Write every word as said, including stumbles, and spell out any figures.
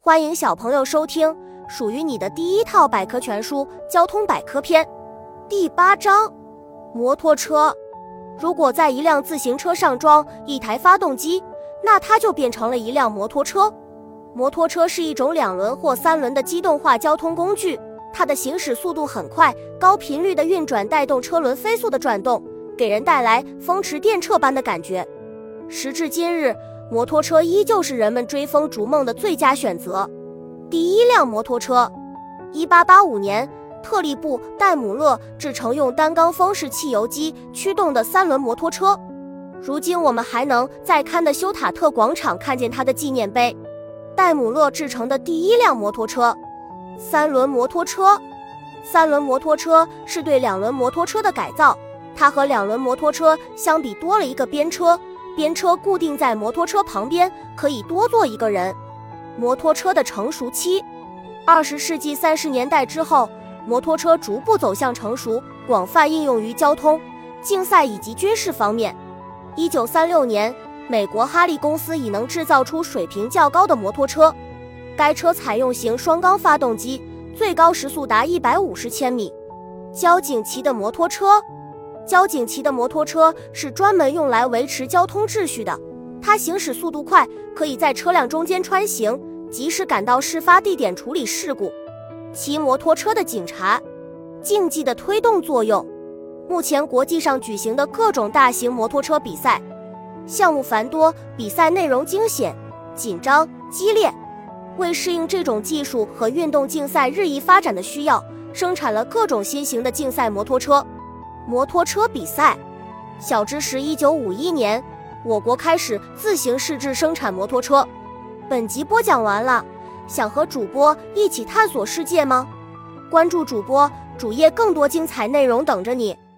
欢迎小朋友收听属于你的第一套百科全书《交通百科篇》第八章：摩托车。如果在一辆自行车上装一台发动机，那它就变成了一辆摩托车。摩托车是一种两轮或三轮的机动化交通工具，它的行驶速度很快，高频率的运转带动车轮飞速的转动，给人带来风驰电掣般的感觉。时至今日，摩托车依旧是人们追风逐梦的最佳选择。第一辆摩托车，一八八五年，特利布戴姆勒制成用单缸风式汽油机驱动的三轮摩托车。如今我们还能在堪的休塔特广场看见它的纪念碑。戴姆勒制成的第一辆摩托车，三轮摩托车。三轮摩托车是对两轮摩托车的改造，它和两轮摩托车相比多了一个边车，边车固定在摩托车旁边，可以多坐一个人。摩托车的成熟期，二十世纪三十年代之后，摩托车逐步走向成熟，广泛应用于交通、竞赛以及军事方面。一九三六年，美国哈利公司已能制造出水平较高的摩托车，该车采用型双缸发动机，最高时速达一百五十千米。交警骑的摩托车，交警骑的摩托车是专门用来维持交通秩序的，它行驶速度快，可以在车辆中间穿行，及时赶到事发地点处理事故。骑摩托车的警察，竞技的推动作用。目前国际上举行的各种大型摩托车比赛，项目繁多，比赛内容惊险、紧张、激烈。为适应这种技术和运动竞赛日益发展的需要，生产了各种新型的竞赛摩托车。摩托车比赛，小知识：一九五一年，我国开始自行试制生产摩托车。本集播讲完了，想和主播一起探索世界吗？关注主播主页，更多精彩内容等着你。